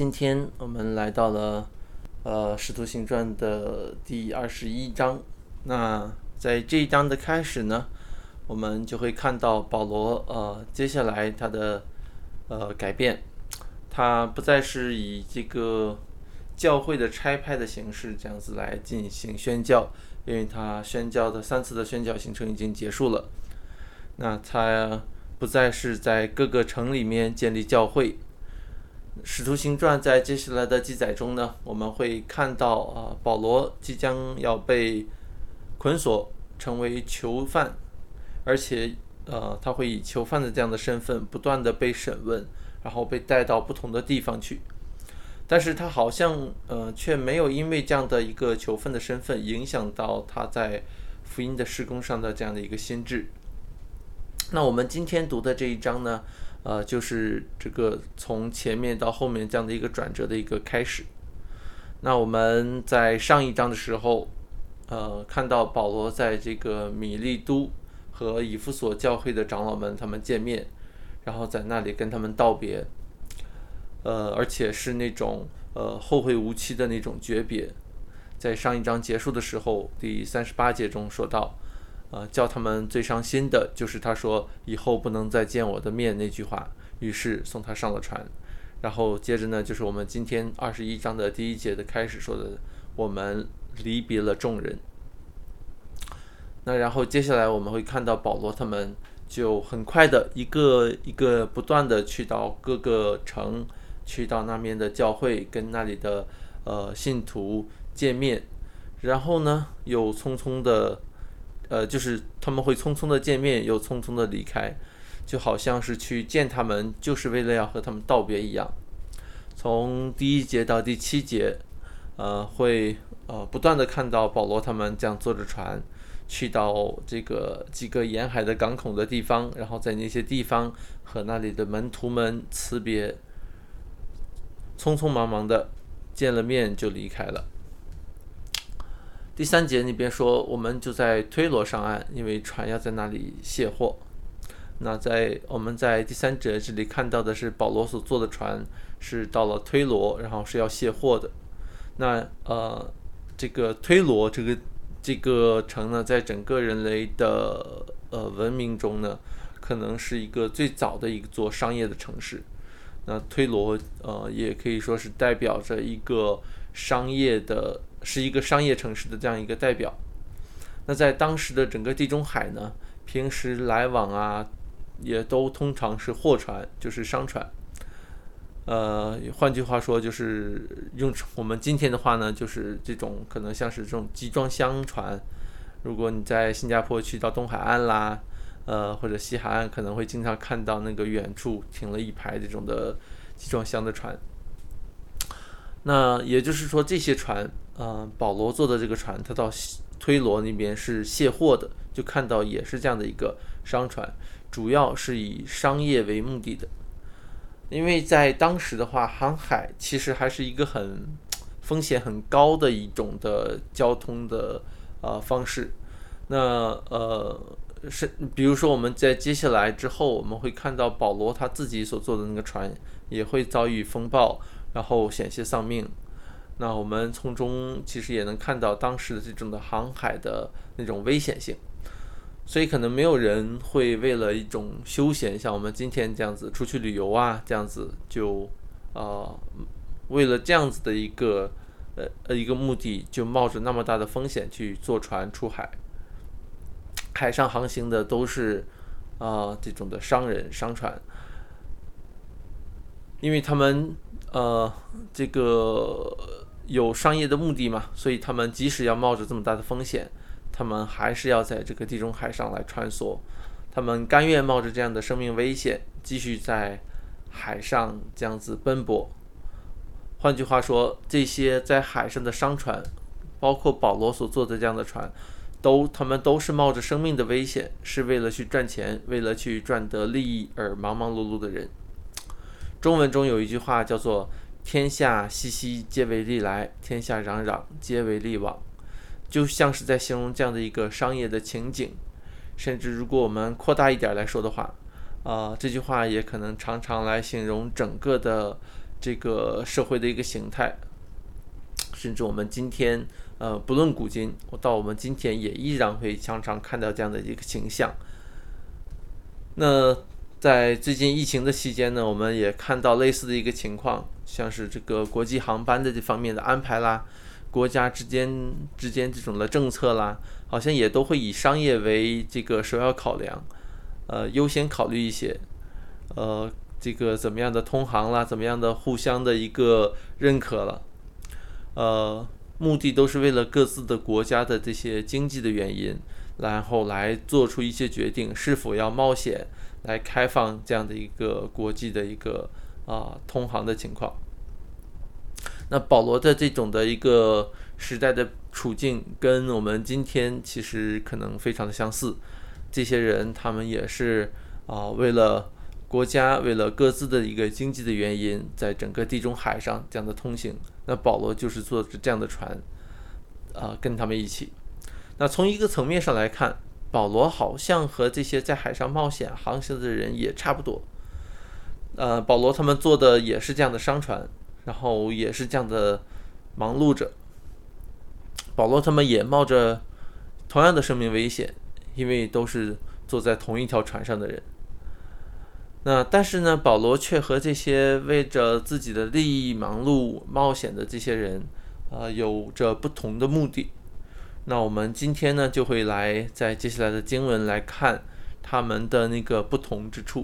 今天我们来到了使徒行传的第21章。那在这一章的开始呢，我们就会看到保罗接下来他的改变，他不再是以这个教会的差派的形式这样子来进行宣教，因为他宣教的3次的宣教行程已经结束了。那他不再是在各个城里面建立教会。使徒行传在接下来的记载中呢，我们会看到保罗即将要被捆锁成为囚犯，而且他会以囚犯的这样的身份不断的被审问，然后被带到不同的地方去。但是他好像却没有因为这样的一个囚犯的身份影响到他在福音的事工上的这样的一个心志。那我们今天读的这一章呢，就是这个从前面到后面这样的一个转折的一个开始。那我们在上一章的时候，看到保罗在这个米利都和以弗所教会的长老们他们见面，然后在那里跟他们道别，而且是那种后会无期的那种诀别。在上一章结束的时候，第38节中说到，叫他们最伤心的就是他说以后不能再见我的面那句话，于是送他上了船。然后接着呢，就是我们今天21章的第1节的开始说的，我们离别了众人。那然后接下来我们会看到保罗他们就很快的一个一个不断的去到各个城，去到那边的教会跟那里的信徒见面，然后呢又匆匆的就是他们会匆匆的见面又匆匆的离开，就好像是去见他们就是为了要和他们道别一样。从第1节到第7节会不断的看到保罗他们这样坐着船去到这个几个沿海的港口的地方，然后在那些地方和那里的门徒们辞别，匆匆忙忙的见了面就离开了。第3节那边说，我们就在推罗上岸，因为船要在那里卸货。那我们在第3节这里看到的是保罗所坐的船是到了推罗，然后是要卸货的。那这个推罗这个城呢，在整个人类的文明中呢，可能是一个最早的一座商业的城市。那推罗也可以说是代表着一个商业城市的这样一个代表。那在当时的整个地中海呢，平时来往也都通常是货船，就是商船。换句话说，就是用我们今天的话呢，就是这种可能像是这种集装箱船。如果你在新加坡去到东海岸啦，或者西海岸，可能会经常看到那个远处停了一排这种的集装箱的船。那也就是说，这些船，保罗坐的这个船，他到推罗那边是卸货的，就看到也是这样的一个商船，主要是以商业为目的的。因为在当时的话，航海其实还是一个风险很高的一种的交通的方式。那比如说我们在接下来之后，我们会看到保罗他自己所坐的那个船也会遭遇风暴，然后险些丧命。那我们从中其实也能看到当时的这种的航海的那种危险性。所以可能没有人会为了一种休闲，像我们今天这样子出去旅游这样子就为了这样子的一个目的，就冒着那么大的风险去坐船出海。海上航行的都是这种的商船，因为他们这个有商业的目的嘛，所以他们即使要冒着这么大的风险，他们还是要在这个地中海上来穿梭。他们甘愿冒着这样的生命危险，继续在海上这样子奔波。换句话说，这些在海上的商船，包括保罗所坐的这样的船，他们都是冒着生命的危险，是为了去赚钱，为了去赚得利益而忙忙碌碌的人。中文中有一句话叫做天下熙熙，皆为利来；天下攘攘，皆为利往。就像是在形容这样的一个商业的情景。甚至如果我们扩大一点来说的话，这句话也可能常常来形容整个的这个社会的一个形态，甚至我们今天不论古今，到我们今天也依然会常常看到这样的一个形象。那在最近疫情的期间呢，我们也看到类似的一个情况，像是这个国际航班的这方面的安排啦，国家之间这种的政策啦，好像也都会以商业为这个首要考量，优先考虑一些，这个怎么样的通航啦，怎么样的互相的一个认可了，目的都是为了各自的国家的这些经济的原因，然后来做出一些决定，是否要冒险来开放这样的一个国际的一个通航的情况。那保罗的这种的一个时代的处境跟我们今天其实可能非常的相似，这些人他们也是为了国家，为了各自的一个经济的原因，在整个地中海上这样的通行，那保罗就是坐着这样的船跟他们一起。那从一个层面上来看，保罗好像和这些在海上冒险航行的人也差不多，保罗他们坐的也是这样的商船，然后也是这样的忙碌着，保罗他们也冒着同样的生命危险，因为都是坐在同一条船上的人。那但是呢，保罗却和这些为着自己的利益忙碌冒险的这些人有着不同的目的。那我们今天呢，就会来在接下来的经文来看他们的那个不同之处。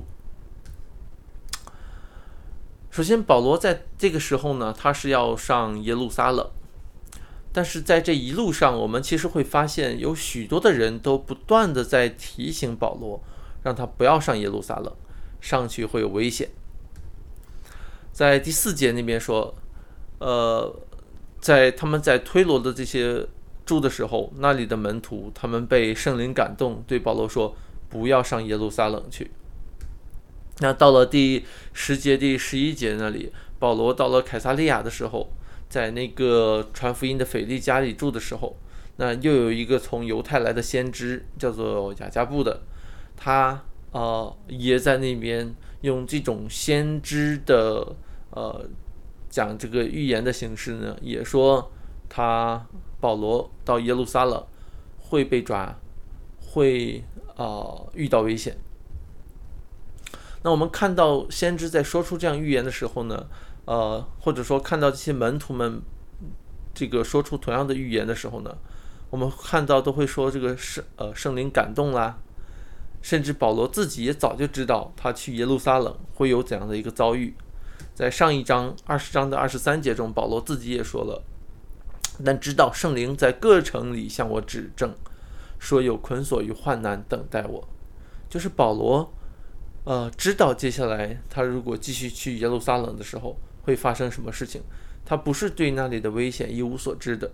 首先，保罗在这个时候呢，他是要上耶路撒冷，但是在这一路上，我们其实会发现有许多的人都不断的在提醒保罗，让他不要上耶路撒冷，上去会有危险。在第4节那边说，他们在推罗的这些住的时候，那里的门徒他们被圣灵感动，对保罗说不要上耶路撒冷去。那到了第10节、第11节那里，保罗到了凯撒利亚的时候，在那个传福音的腓力家里住的时候，那又有一个从犹太来的先知叫做雅加布的，他也在那边用这种先知的讲这个预言的形式呢，也说保罗到耶路撒冷会被抓，会遇到危险。那我们看到先知在说出这样预言的时候呢，或者说看到这些门徒们这个说出同样的预言的时候呢，我们看到都会说这个圣灵感动啦，甚至保罗自己也早就知道他去耶路撒冷会有怎样的一个遭遇。在上一章20章的23节中，保罗自己也说了，但知道圣灵在各城里向我指证，说有捆锁与患难等待我。就是保罗知道接下来他如果继续去耶路撒冷的时候会发生什么事情，他不是对那里的危险一无所知的。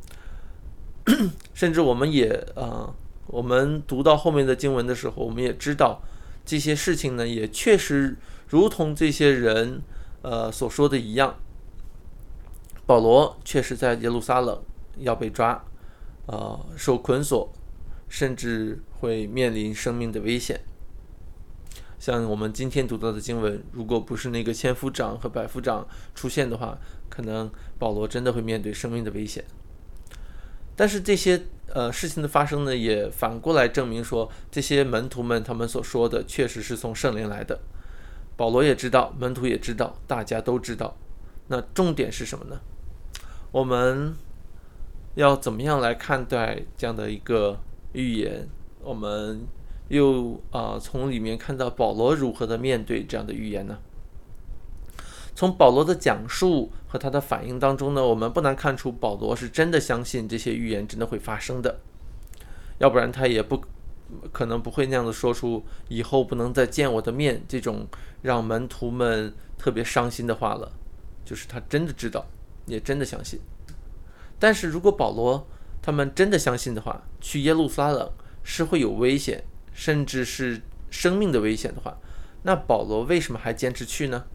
甚至我们读到后面的经文的时候，我们也知道这些事情呢，也确实如同这些人所说的一样，保罗确实在耶路撒冷要被抓，受捆锁，甚至会面临生命的危险。像我们今天读到的经文，如果不是那个千夫长和百夫长出现的话，可能保罗真的会面对生命的危险。但是这些事情的发生呢，也反过来证明说，这些门徒们他们所说的确实是从圣灵来的。保罗也知道，门徒也知道，大家都知道。那重点是什么呢？我们要怎么样来看待这样的一个预言？我们又从里面看到保罗如何的面对这样的预言呢？从保罗的讲述和他的反应当中呢，我们不难看出保罗是真的相信这些预言真的会发生的，要不然他也可能不会那样的说出以后不能再见我的面这种让门徒们特别伤心的话了。就是他真的知道，也真的相信。但是如果保罗他们真的相信的话，去耶路撒冷是会有危险，甚至是生命的危险的话，那保罗为什么还坚持去呢？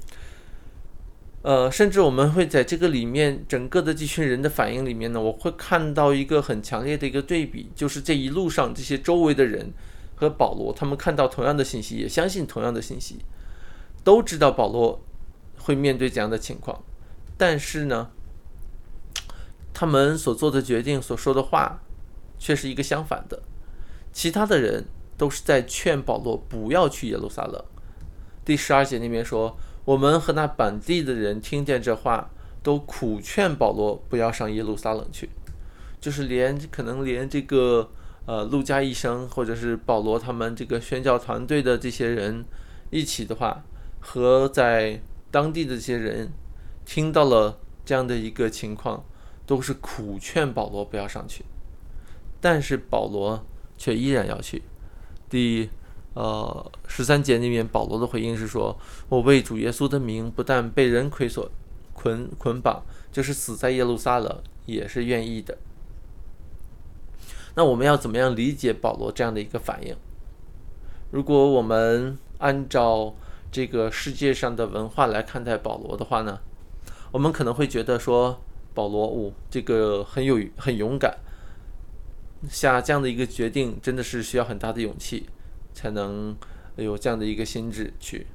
甚至我们会在这个里面整个的这群人的反应里面呢，我会看到一个很强烈的一个对比，就是这一路上这些周围的人和保罗他们看到同样的信息，也相信同样的信息，都知道保罗会面对这样的情况，但是呢，他们所做的决定、所说的话，却是一个相反的。其他的人都是在劝保罗不要去耶路撒冷。第12节那边说，我们和那本地的人听见这话，都苦劝保罗不要上耶路撒冷去。就是可能连这个路加医生或者是保罗他们这个宣教团队的这些人一起的话，和在当地的这些人听到了这样的一个情况，都是苦劝保罗不要上去，但是保罗却依然要去。第13节那边保罗的回应是说，我为主耶稣的名不但被人捆绑，就是死在耶路撒冷也是愿意的。那我们要怎么样理解保罗这样的一个反应？如果我们按照这个世界上的文化来看待保罗的话呢，我们可能会觉得说，保罗这个很勇敢，下这样的一个决定真的是需要很大的勇气才能有这样的一个心智去，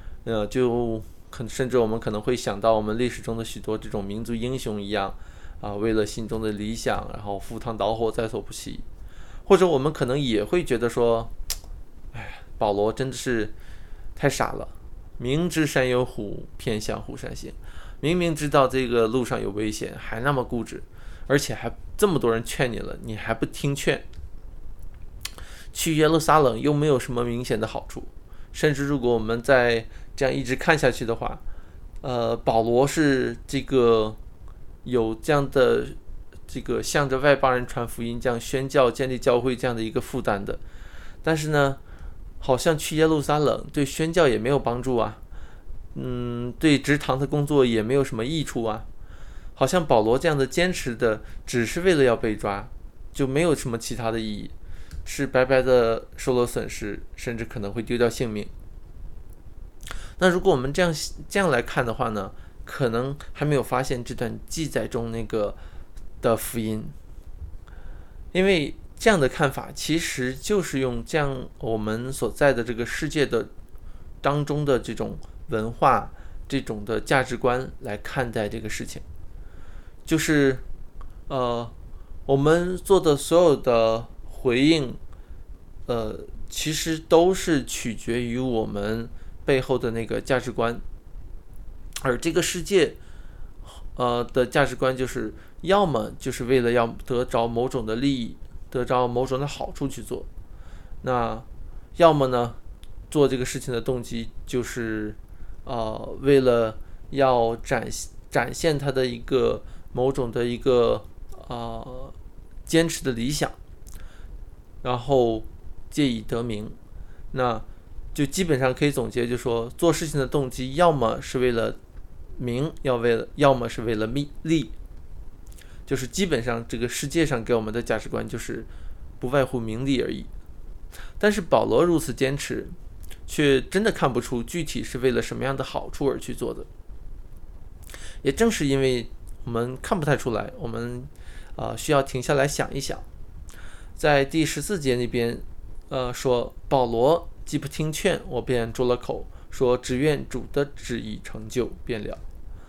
甚至我们可能会想到我们历史中的许多这种民族英雄一样为了心中的理想，然后赴汤蹈火在所不惜。或者我们可能也会觉得说，保罗真的是太傻了，明知山有虎，偏向虎山行。明明知道这个路上有危险，还那么固执，而且还这么多人劝你了，你还不听劝。去耶路撒冷又没有什么明显的好处，甚至如果我们再这样一直看下去的话，保罗是这个有这样的这个向着外邦人传福音、这样宣教、建立教会这样的一个负担的，但是呢，好像去耶路撒冷对宣教也没有帮助啊，对职堂的工作也没有什么益处啊，好像保罗这样的坚持的只是为了要被抓，就没有什么其他的意义，是白白的受了损失，甚至可能会丢掉性命。那如果我们这样来看的话呢，可能还没有发现这段记载中那个的福音，因为这样的看法其实就是用这样我们所在的这个世界的当中的这种文化、这种的价值观来看待这个事情，就是我们做的所有的回应，其实都是取决于我们背后的那个价值观，而这个世界的价值观就是要么就是为了要得着某种的利益，得着某种的好处去做，那要么呢做这个事情的动机就是为了要展现他的一个某种的一个坚持的理想，然后借以得名。那就基本上可以总结，就说做事情的动机要么是为了名，要么是为了利，就是基本上这个世界上给我们的价值观就是不外乎名利而已。但是保罗如此坚持，却真的看不出具体是为了什么样的好处而去做的。也正是因为我们看不太出来，我们需要停下来想一想。在第14节那边说，保罗既不听劝，我便住了口，说只愿主的旨意成就便了。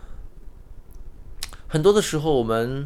很多的时候我们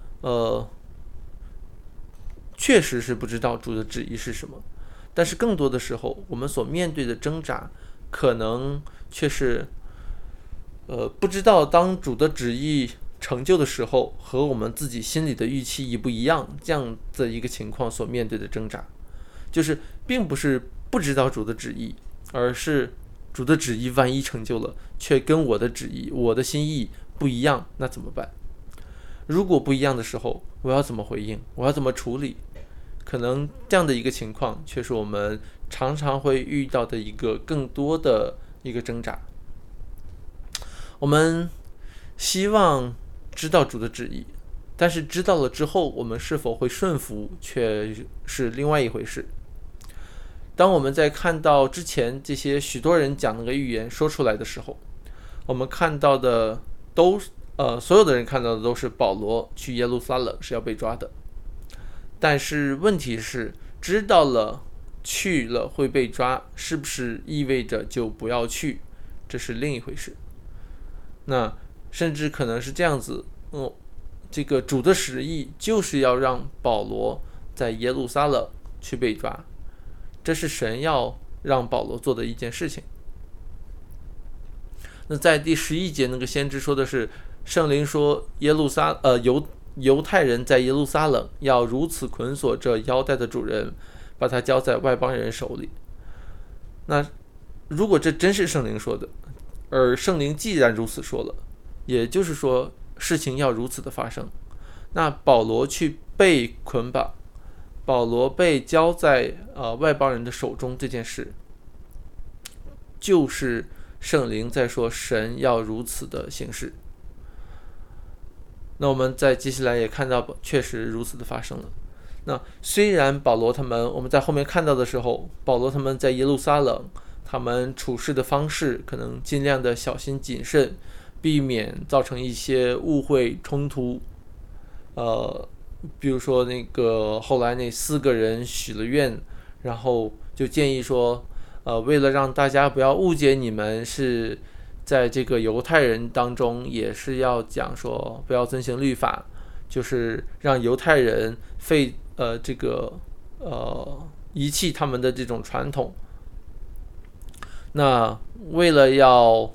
确实是不知道主的旨意是什么，但是更多的时候我们所面对的挣扎可能却是不知道当主的旨意成就的时候和我们自己心里的预期一不一样，这样的一个情况所面对的挣扎，就是并不是不知道主的旨意，而是主的旨意万一成就了，却跟我的旨意、我的心意不一样，那怎么办？如果不一样的时候，我要怎么回应？我要怎么处理？可能这样的一个情况，却是我们常常会遇到的一个更多的一个挣扎。我们希望知道主的旨意，但是知道了之后，我们是否会顺服，却是另外一回事。当我们在看到之前这些许多人讲那个预言说出来的时候，我们看到的所有的人看到的都是保罗去耶路撒冷是要被抓的，但是问题是，知道了去了会被抓，是不是意味着就不要去？这是另一回事。 那甚至可能是这样子，这个主的旨意就是要让保罗在耶路撒冷去被抓，这是神要让保罗做的一件事情。那在第11节，那个先知说的是，圣灵说犹太人在耶路撒冷要如此捆锁这腰带的主人，把他交在外邦人手里。那如果这真是圣灵说的，而圣灵既然如此说了，也就是说事情要如此的发生，那保罗去被捆绑，保罗被交在外邦人的手中这件事，就是圣灵在说神要如此的行事。那我们在接下来也看到确实如此的发生了。那虽然保罗他们我们在后面看到的时候，保罗他们在耶路撒冷，他们处事的方式可能尽量的小心谨慎，避免造成一些误会冲突。比如说那个后来那4个人许了愿，然后就建议说，为了让大家不要误解你们是在这个犹太人当中也是要讲说不要遵行律法，就是让犹太人遗弃他们的这种传统。那为了要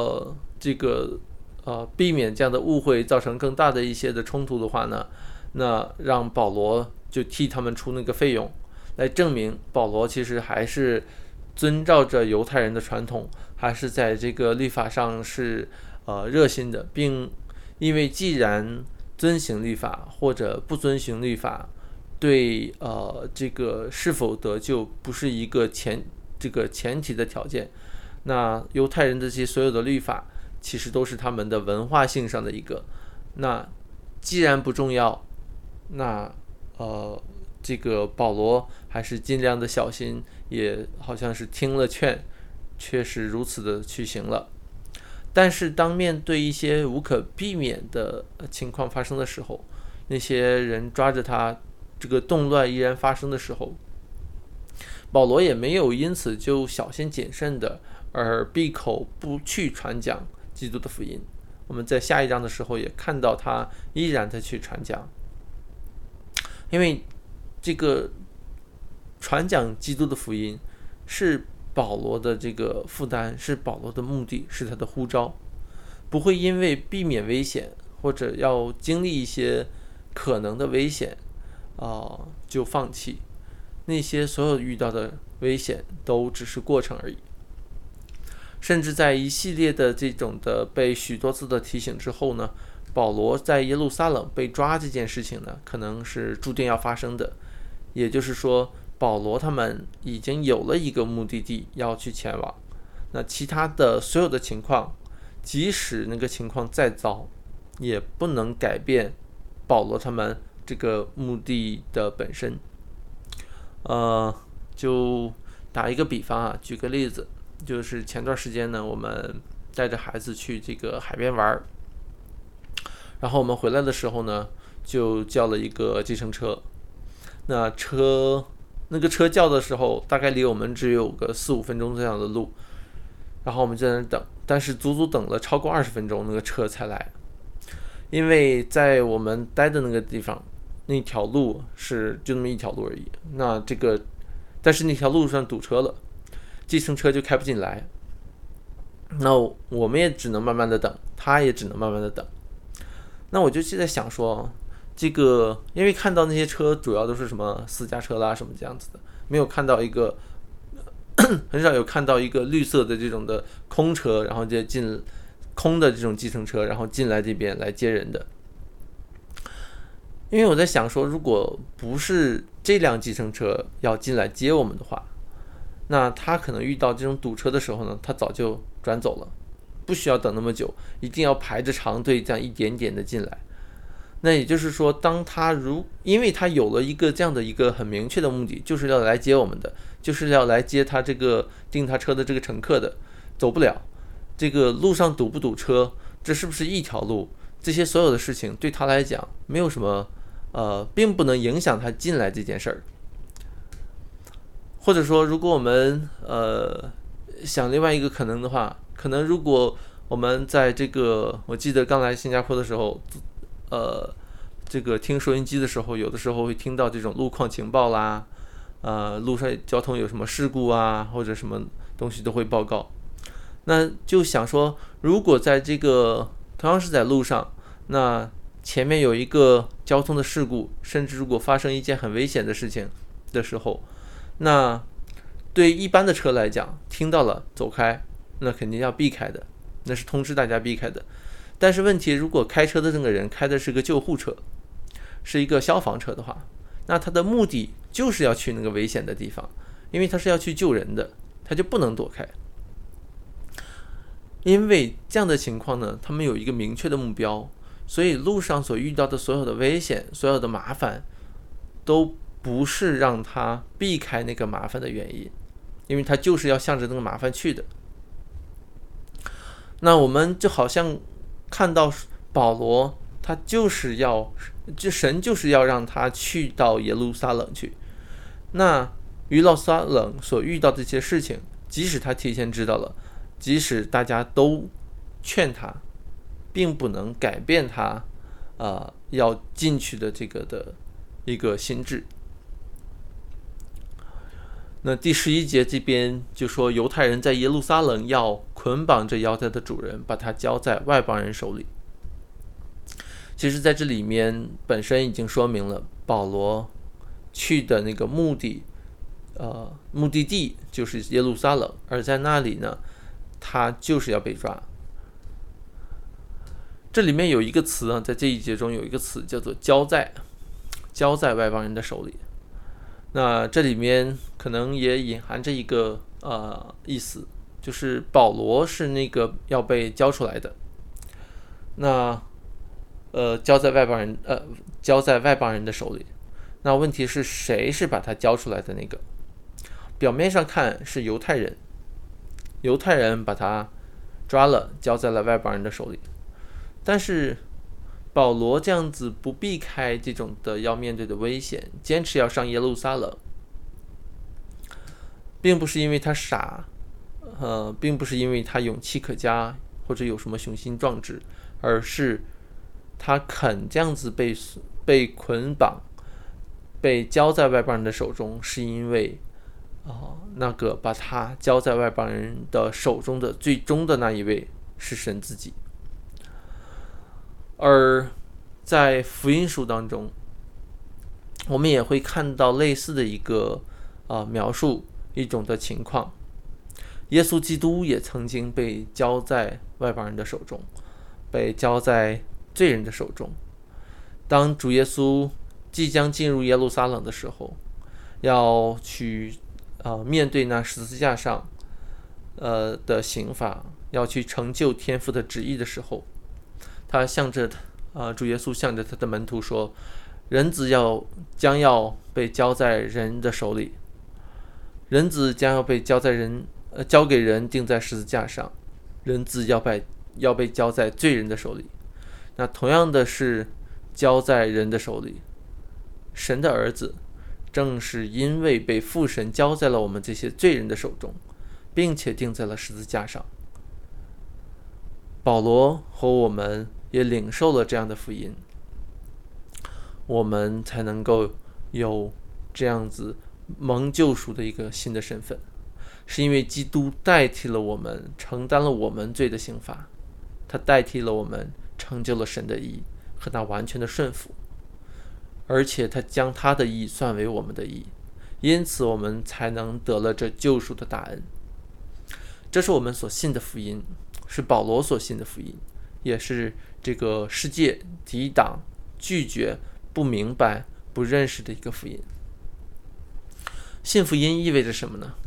避免这样的误会造成更大的一些的冲突的话呢，那让保罗就替他们出那个费用，来证明保罗其实还是遵照着犹太人的传统，还是在这个律法上是热心的，并因为既然遵行律法或者不遵行律法，对这个是否得救不是一个前提的条件。那犹太人的这些所有的律法其实都是他们的文化性上的一个，那既然不重要，那这个保罗还是尽量的小心，也好像是听了劝，确实如此的去行了。但是当面对一些无可避免的情况发生的时候，那些人抓着他，这个动乱依然发生的时候，保罗也没有因此就小心谨慎的而闭口不去传讲基督的福音。我们在下一章的时候也看到他依然的去传讲，因为这个传讲基督的福音是保罗的这个负担，是保罗的目的，是他的呼召，不会因为避免危险或者要经历一些可能的危险就放弃。那些所有遇到的危险都只是过程而已。甚至在一系列的这种的被许多次的提醒之后呢，保罗在耶路撒冷被抓这件事情呢，可能是注定要发生的。也就是说，保罗他们已经有了一个目的地要去前往，那其他的所有的情况，即使那个情况再糟，也不能改变保罗他们这个目的的本身。就打一个比方啊，举个例子，就是前段时间呢，我们带着孩子去这个海边玩，然后我们回来的时候呢，就叫了一个计程车。那个车叫的时候，大概离我们只有个4-5分钟这样的路，然后我们在那等，但是足足等了超过20分钟，那个车才来。因为在我们待的那个地方，那条路是就那么一条路而已，但是那条路上堵车了，计程车就开不进来，那我们也只能慢慢的等，他也只能慢慢的等。那我就在想说，这个因为看到那些车主要都是什么私家车啦什么这样子的，没有看到一个很少有看到一个绿色的这种的空车，然后就空的这种计程车，然后进来这边来接人的。因为我在想说，如果不是这辆计程车要进来接我们的话，那他可能遇到这种堵车的时候呢，他早就转走了，不需要等那么久，一定要排着长队这样一点点的进来。那也就是说，因为他有了一个这样的一个很明确的目的，就是要来接我们的，就是要来接他这个订他车的这个乘客的，走不了，这个路上堵不堵车，这是不是一条路，这些所有的事情对他来讲没有什么并不能影响他进来这件事儿。或者说，如果我们想另外一个可能的话，可能如果我们在我记得刚来新加坡的时候，听收音机的时候，有的时候会听到这种路况情报啦，路上交通有什么事故啊，或者什么东西都会报告。那就想说，如果在同样是在路上，那前面有一个交通的事故，甚至如果发生一件很危险的事情的时候，那对一般的车来讲，听到了走开，那肯定要避开的，那是通知大家避开的。但是问题，如果开车的这个人开的是个救护车，是一个消防车的话，那他的目的就是要去那个危险的地方，因为他是要去救人的，他就不能躲开。因为这样的情况呢，他们有一个明确的目标，所以路上所遇到的所有的危险、所有的麻烦，都不是让他避开那个麻烦的原因，因为他就是要向着那个麻烦去的。那我们就好像看到保罗，神就是要让他去到耶路撒冷去。那耶路撒冷所遇到的这些事情，即使他提前知道了，即使大家都劝他，并不能改变他要进去的的一个心智。那第11节这边就说，犹太人在耶路撒冷要捆绑着腰带的主人，把他交在外邦人手里。其实在这里面本身已经说明了保罗去的那个目的地就是耶路撒冷，而在那里呢，他就是要被抓。这里面有一个词啊，在这一节中有一个词叫做交在外邦人的手里。那这里面可能也隐含着一个意思，就是保罗是那个要被交出来的。那交在外邦人的手里。那问题是谁是把他交出来的那个？表面上看是犹太人把他抓了，交在了外邦人的手里。但是保罗这样子不避开这种的要面对的危险，坚持要上耶路撒冷，并不是因为他傻，并不是因为他勇气可嘉或者有什么雄心壮志，而是他肯这样子被捆绑，被交在外邦人的手中，是因为那个把他交在外邦人的手中的最终的那一位是神自己。而在福音书当中，我们也会看到类似的一个描述一种的情况。耶稣基督也曾经被交在外邦人的手中，被交在罪人的手中。当主耶稣即将进入耶路撒冷的时候，要去面对那十字架上的刑罚，要去成就天父的旨意的时候，主耶稣向着他的门徒说，人子将要被交在人的手里，人子将要被交给人钉在十字架上，人子要被交在罪人的手里。那同样的是交在人的手里，神的儿子正是因为被父神交在了我们这些罪人的手中，并且钉在了十字架上。保罗和我们也领受了这样的福音，我们才能够有这样子蒙救赎的一个新的身份，是因为基督代替了我们，承担了我们罪的刑罚，他代替了我们，成就了神的义和那完全的顺服，而且他将他的义算为我们的义，因此我们才能得了这救赎的大恩。这是我们所信的福音，是保罗所信的福音，也是这个世界抵挡、拒绝、不明白、不认识的一个福音。信福音意味着什么呢？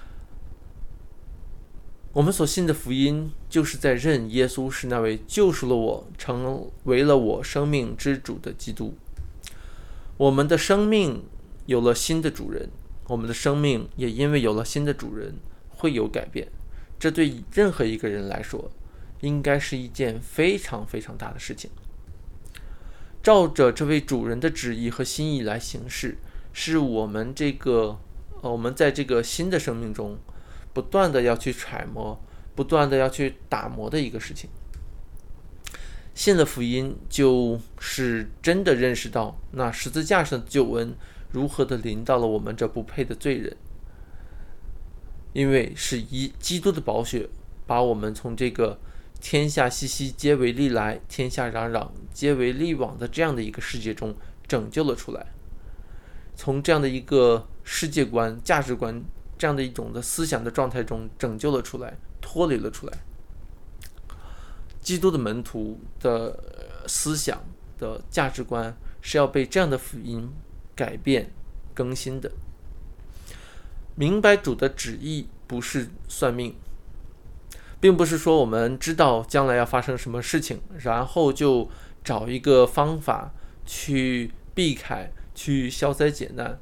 我们所信的福音就是在认耶稣是那位救赎了我、成为了我生命之主的基督。我们的生命有了新的主人，我们的生命也因为有了新的主人会有改变。这对任何一个人来说应该是一件非常非常大的事情。照着这位主人的旨意和心意来行事，是我们在这个新的生命中不断的要去揣摩， 不断的要去打磨的一个事情。信了福音，就是真的认识到那十字架上的救恩如何的临到了我们这不配的罪人，因为是以基督的宝血把我们从这个天下熙熙皆为利来，天下攘攘皆为利往的这样的一个世界中拯救了出来，从这样的一个世界观、价值观这样的一种的思想的状态中拯救了出来，脱离了出来。基督的门徒的思想的价值观是要被这样的福音改变更新的。明白主的旨意不是算命，并不是说我们知道将来要发生什么事情，然后就找一个方法去避开，去消灾解难。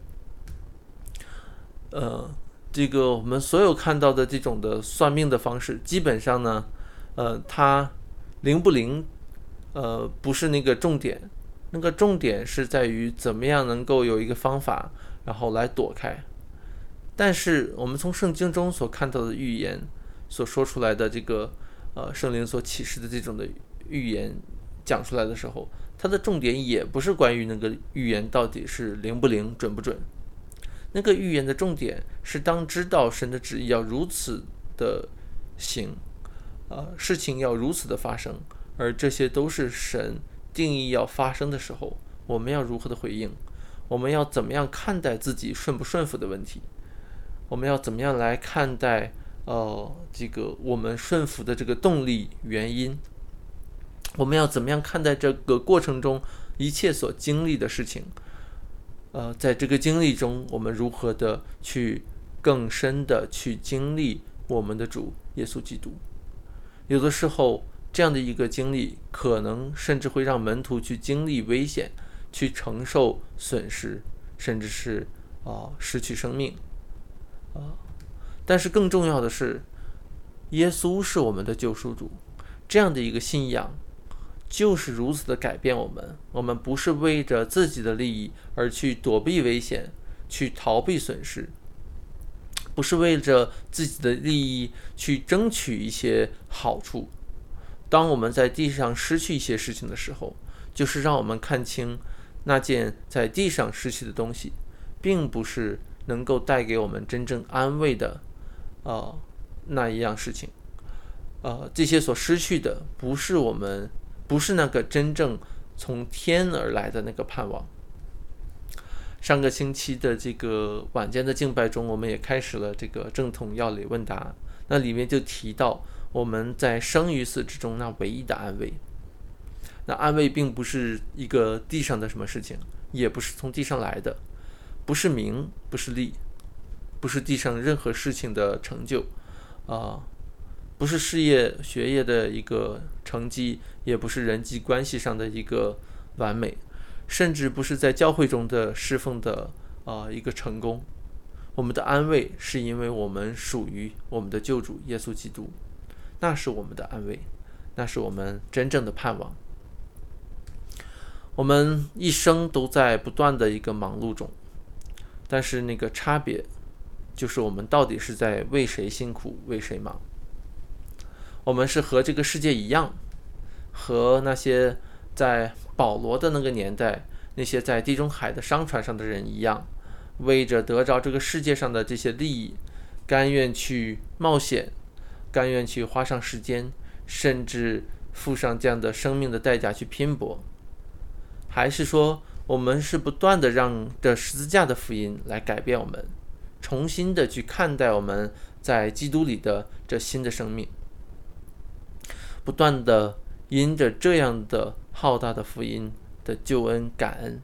这个我们所有看到的这种的算命的方式，基本上呢，它灵不灵，不是那个重点，那个重点是在于怎么样能够有一个方法，然后来躲开。但是我们从圣经中所看到的预言，所说出来的这个圣灵所启示的这种的预言讲出来的时候，它的重点也不是关于那个预言到底是灵不灵、准不准。那个预言的重点是当知道神的旨意要如此的行，事情要如此的发生，而这些都是神定义要发生的时候，我们要如何的回应？我们要怎么样看待自己顺不顺服的问题？我们要怎么样来看待这个我们顺服的这个动力原因？我们要怎么样看待这个过程中一切所经历的事情？在这个经历中，我们如何的去更深的去经历我们的主耶稣基督？有的时候，这样的一个经历，可能甚至会让门徒去经历危险，去承受损失，甚至是失去生命。但是更重要的是，耶稣是我们的救赎主，这样的一个信仰就是如此的改变我们。我们不是为着自己的利益而去躲避危险，去逃避损失，不是为着自己的利益去争取一些好处。当我们在地上失去一些事情的时候，就是让我们看清那件在地上失去的东西，并不是能够带给我们真正安慰的那一样事情。这些所失去的不是那个真正从天而来的那个盼望。上个星期的这个晚间的敬拜中，我们也开始了这个正统要理问答，那里面就提到我们在生与死之中那唯一的安慰。那安慰并不是一个地上的什么事情，也不是从地上来的，不是名，不是利，不是地上任何事情的成就，不是事业学业的一个成绩，也不是人际关系上的一个完美，甚至不是在教会中的侍奉的一个成功。我们的安慰是因为我们属于我们的救主耶稣基督，那是我们的安慰，那是我们真正的盼望。我们一生都在不断的一个忙碌中，但是那个差别就是我们到底是在为谁辛苦，为谁忙。我们是和这个世界一样，和那些在保罗的那个年代，那些在地中海的商船上的人一样，为着得着这个世界上的这些利益，甘愿去冒险，甘愿去花上时间，甚至付上这样的生命的代价去拼搏？还是说我们是不断的让这十字架的福音来改变我们，重新的去看待我们在基督里的这新的生命，不断的因着这样的浩大的福音的救恩感恩。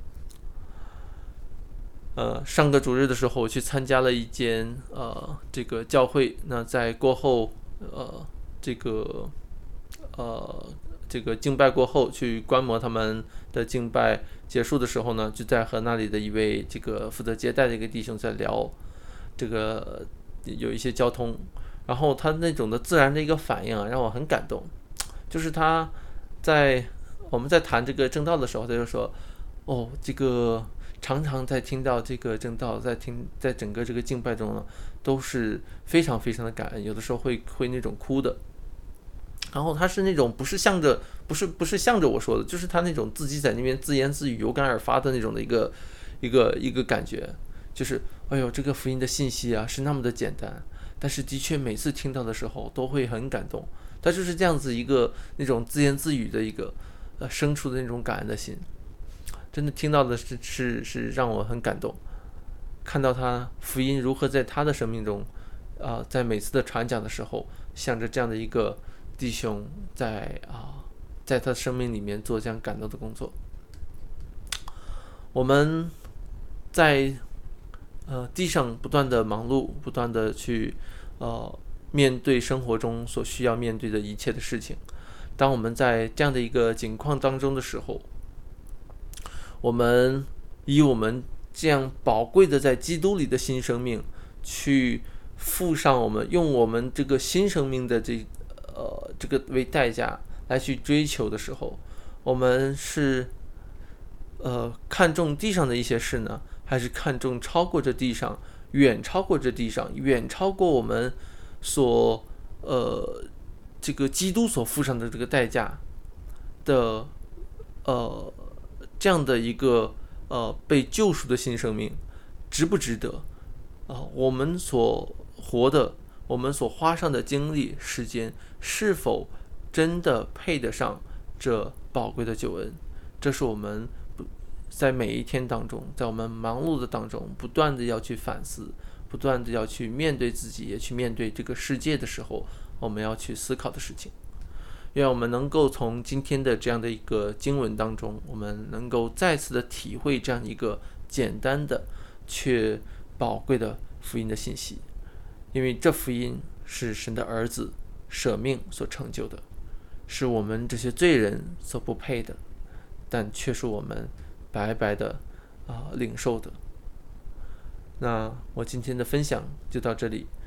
上个主日的时候，我去参加了一间这个教会。那在过后，这个敬拜过后，去观摩他们的敬拜结束的时候呢，就在和那里的一位这个负责接待的一个弟兄在聊这个有一些交通，然后他那种的自然的一个反应让我很感动。就是我们在谈这个正道的时候，他就说：“这个常常在听到这个正道，在整个这个敬拜中呢，都是非常非常的感恩，有的时候会那种哭的。然后他是那种不是向着我说的，就是他那种自己在那边自言自语、有感而发的那种的一个感觉，就是哎呦，这个福音的信息啊是那么的简单，但是的确每次听到的时候都会很感动。他就是这样子一个那种自言自语的一个生出的那种感恩的心，真的听到的是让我很感动。看到他福音如何在他的生命中在每次的传讲的时候，向着这样的一个弟兄在他生命里面做这样感动的工作。我们在地上不断的忙碌，不断的去面对生活中所需要面对的一切的事情。当我们在这样的一个境况当中的时候，我们以我们这样宝贵的在基督里的新生命，去付上用我们这个新生命的这个为代价来去追求的时候，我们是看重地上的一些事呢，还是看重超过这地上，远超过这地上，远超过我们所这个基督所付上的这个代价的这样的一个被救赎的新生命，值不值得？我们所活的，我们所花上的精力、时间，是否真的配得上这宝贵的救恩？这是我们在每一天当中，在我们忙碌的当中，不断的要去反思，不断的要去面对自己，也去面对这个世界的时候，我们要去思考的事情。愿我们能够从今天的这样的一个经文当中，我们能够再次的体会这样一个简单的却宝贵的福音的信息。因为这福音是神的儿子舍命所成就的，是我们这些罪人所不配的，但却是我们白白的领受的。那我今天的分享就到这里，